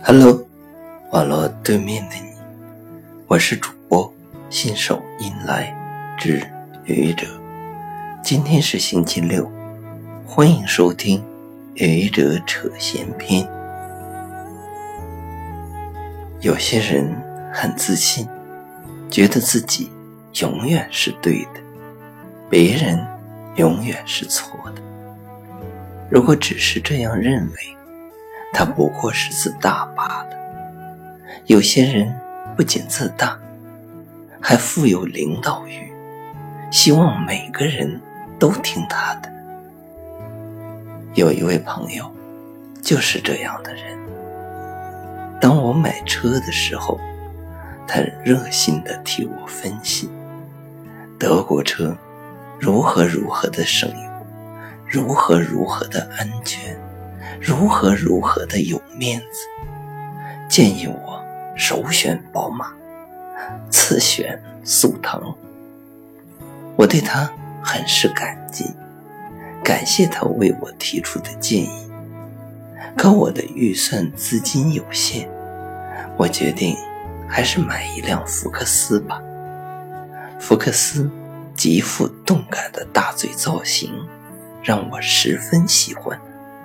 Hello， 网络对面的你，我是主播信手拈来之愚者。今天是星期六，欢迎收听愚者扯闲篇。有些人很自信，觉得自己永远是对的，别人永远是错的。如果只是这样认为，他不过是自大罢了。有些人不仅自大，还富有领导欲，希望每个人都听他的。有一位朋友就是这样的人。当我买车的时候，他热心地替我分析德国车如何的省油，如何的安全，如何的有面子，建议我首选宝马，次选速腾。我对他很是感激，感谢他为我提出的建议。可我的预算资金有限，我决定还是买一辆福克斯吧。福克斯极富动感的大嘴造型让我十分喜欢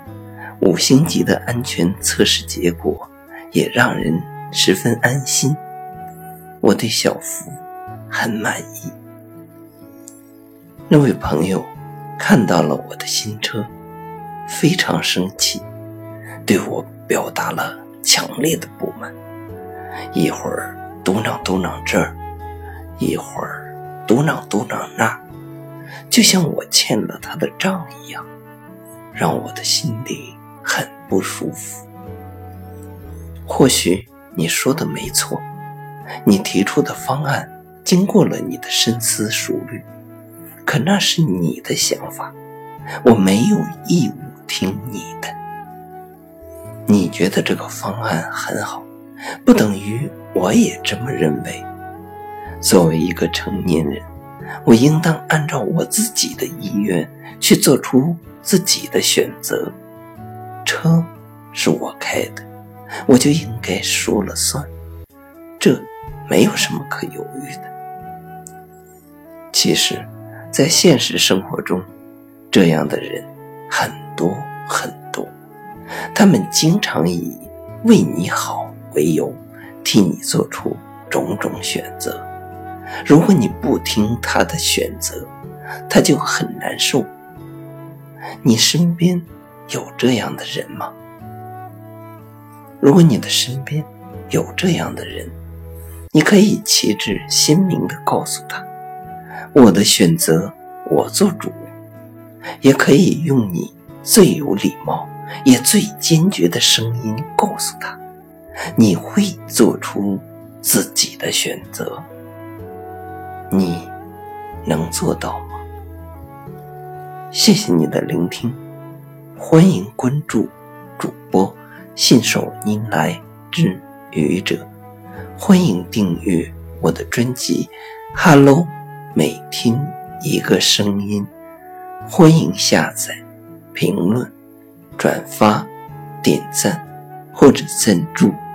，5星级的安全测试结果也让人十分安心。我对小福很满意。那位朋友看到了我的新车，非常生气，对我表达了强烈的不满，一会儿嘟囔这儿，一会儿嘟囔那儿，就像我欠了他的账一样，让我的心里很不舒服。或许你说的没错，你提出的方案经过了你的深思熟虑，可那是你的想法，我没有义务听你的。你觉得这个方案很好，不等于我也这么认为。作为一个成年人，我应当按照我自己的意愿去做出自己的选择。车是我开的，我就应该说了算，这没有什么可犹豫的。其实在现实生活中，这样的人很多，他们经常以为你好为由，替你做出种种选择。如果你不听他的选择，他就很难受。你身边有这样的人吗？如果你的身边有这样的人，你可以旗帜鲜明地告诉他，我的选择我做主。也可以用你最有礼貌也最坚决的声音告诉他，你会做出自己的选择。你能做到吗？谢谢你的聆听，欢迎关注主播信手拈来之愚者，欢迎订阅我的专辑 Hello， 每听一个声音，欢迎下载、评论、转发、点赞或者赞助。